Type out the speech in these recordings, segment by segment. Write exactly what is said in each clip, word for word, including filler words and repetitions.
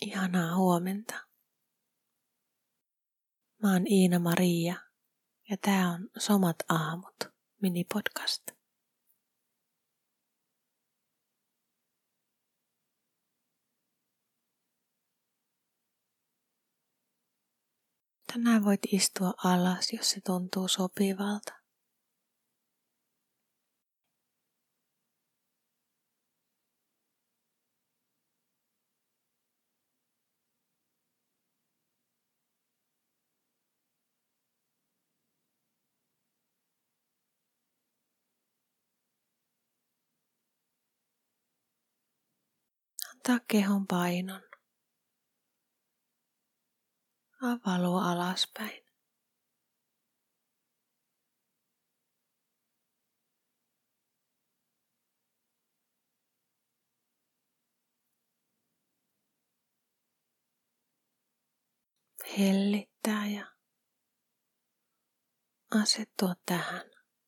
Ihanaa huomenta. Mä oon Iina-Maria ja tää on Somat aamut minipodcast. Tänään voit istua alas, jos se tuntuu sopivalta. Antaa kehon painon. Avaa luo alaspäin. Hellittää ja asettua tähän.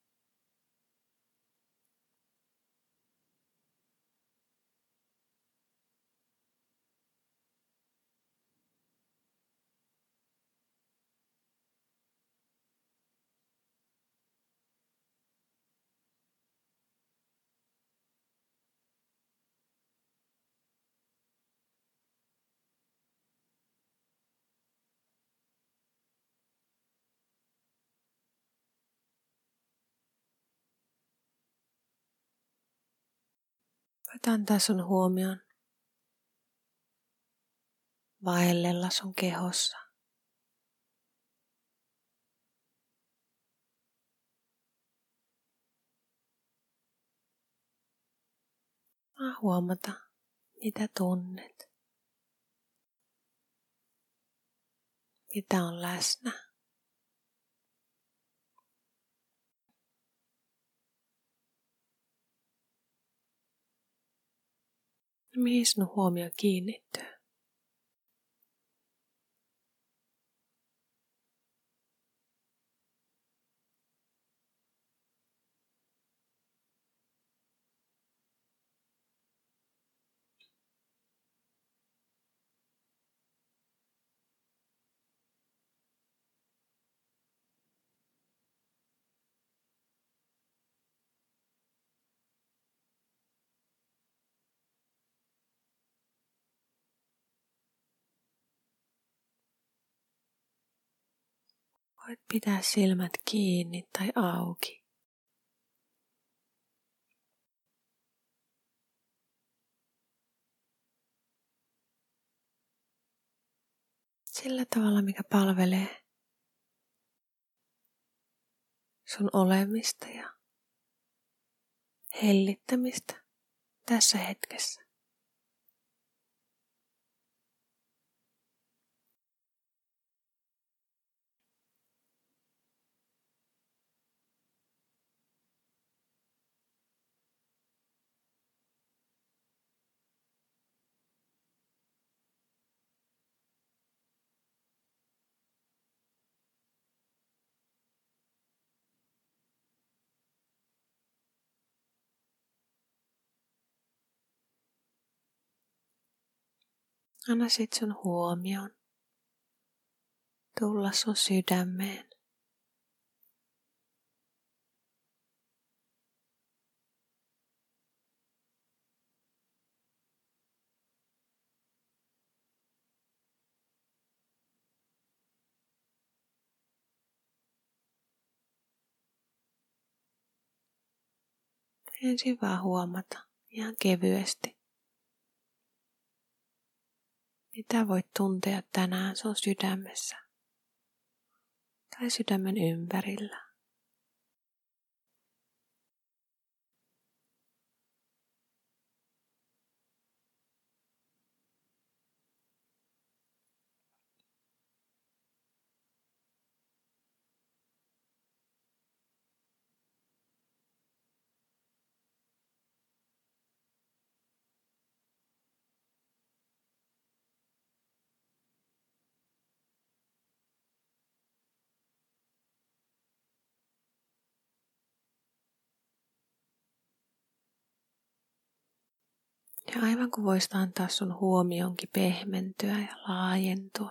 Voit antaa sun huomion vaellella sun kehossa. Mä huomata, mitä tunnet, mitä on läsnä. Mihin sun huomio kiinnittyy? Voit pitää silmät kiinni tai auki. Sillä tavalla, mikä palvelee sun olemista ja hellittämistä tässä hetkessä. Anna sit sun huomion tulla sun sydämeen. Ensin vaan huomata ihan kevyesti, mitä voit tuntea tänään sun sydämessä tai sydämen ympärillä. Ja aivan kuin voisit antaa sun huomionkin pehmentyä ja laajentua.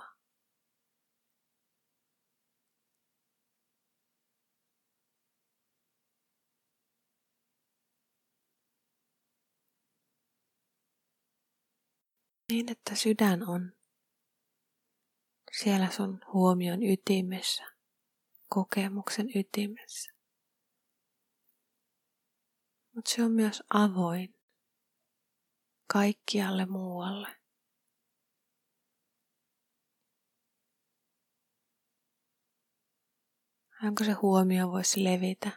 Niin, että sydän on siellä sun huomion ytimessä, kokemuksen ytimessä. Mutta se on myös avoin kaikkialle muualle. Onko se huomio voisi levitä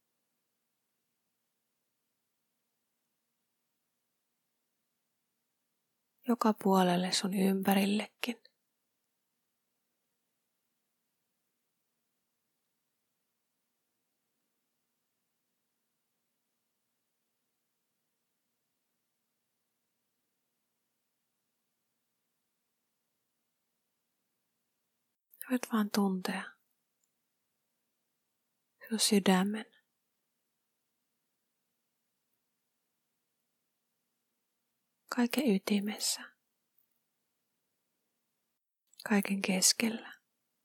joka puolelle sun ympärillekin. Voit vaan tuntea sun sydämen. Kaiken ytimessä. Kaiken keskellä.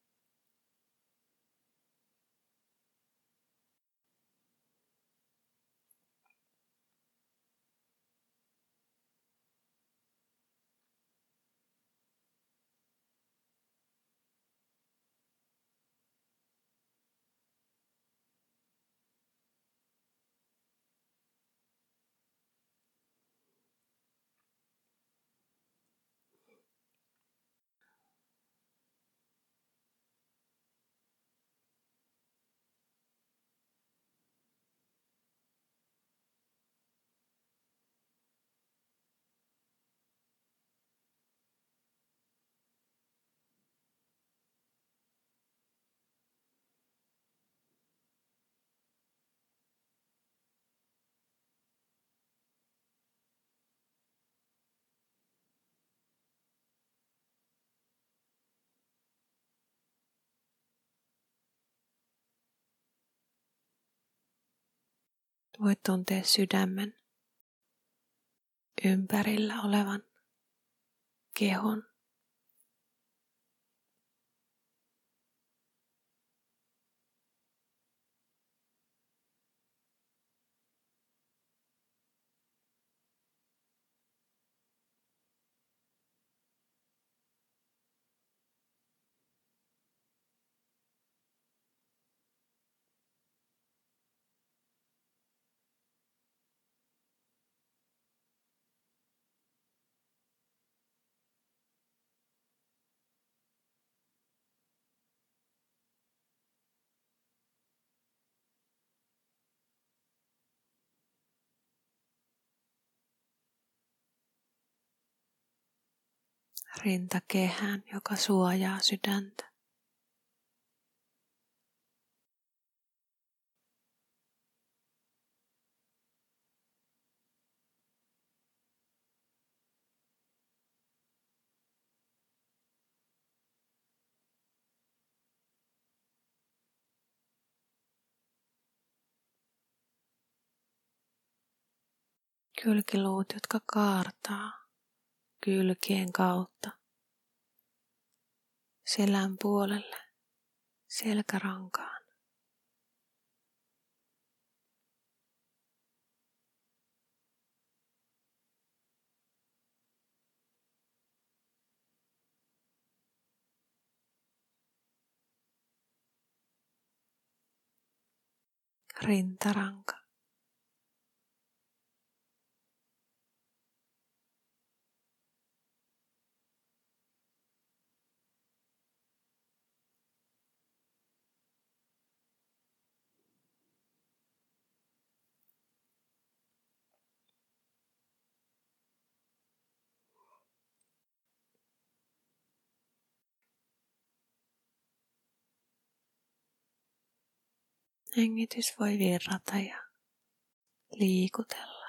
Voit tuntea sydämen ympärillä olevan kehon. Rintakehän, joka suojaa sydäntä. Kylkiluut, jotka kaartaa kylkien kautta selän puolelle, selkärankaan. Rintaranka. Hengitys voi virrata ja liikutella.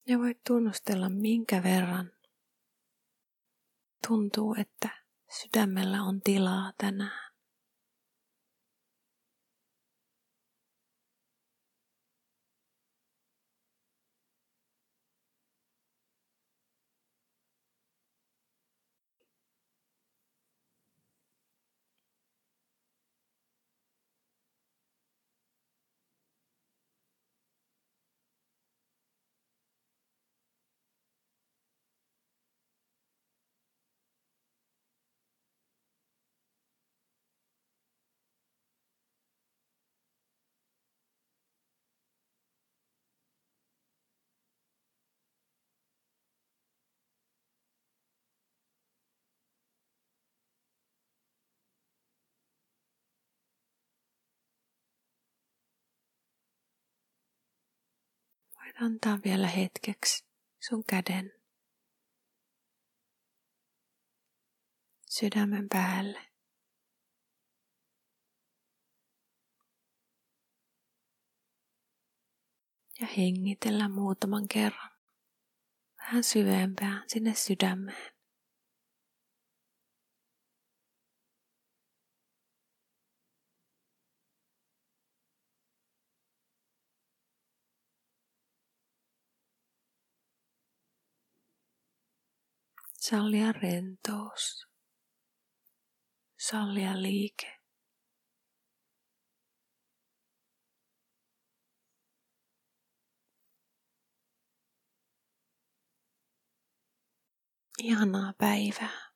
Ja voit tunnustella, minkä verran tuntuu, että sydämellä on tilaa tänään. Voit antaa vielä hetkeksi sun käden sydämen päälle. Ja hengitellä muutaman kerran vähän syvempään sinne sydämeen. Sallia rentous. Sallia liike. Ihanaa päivää.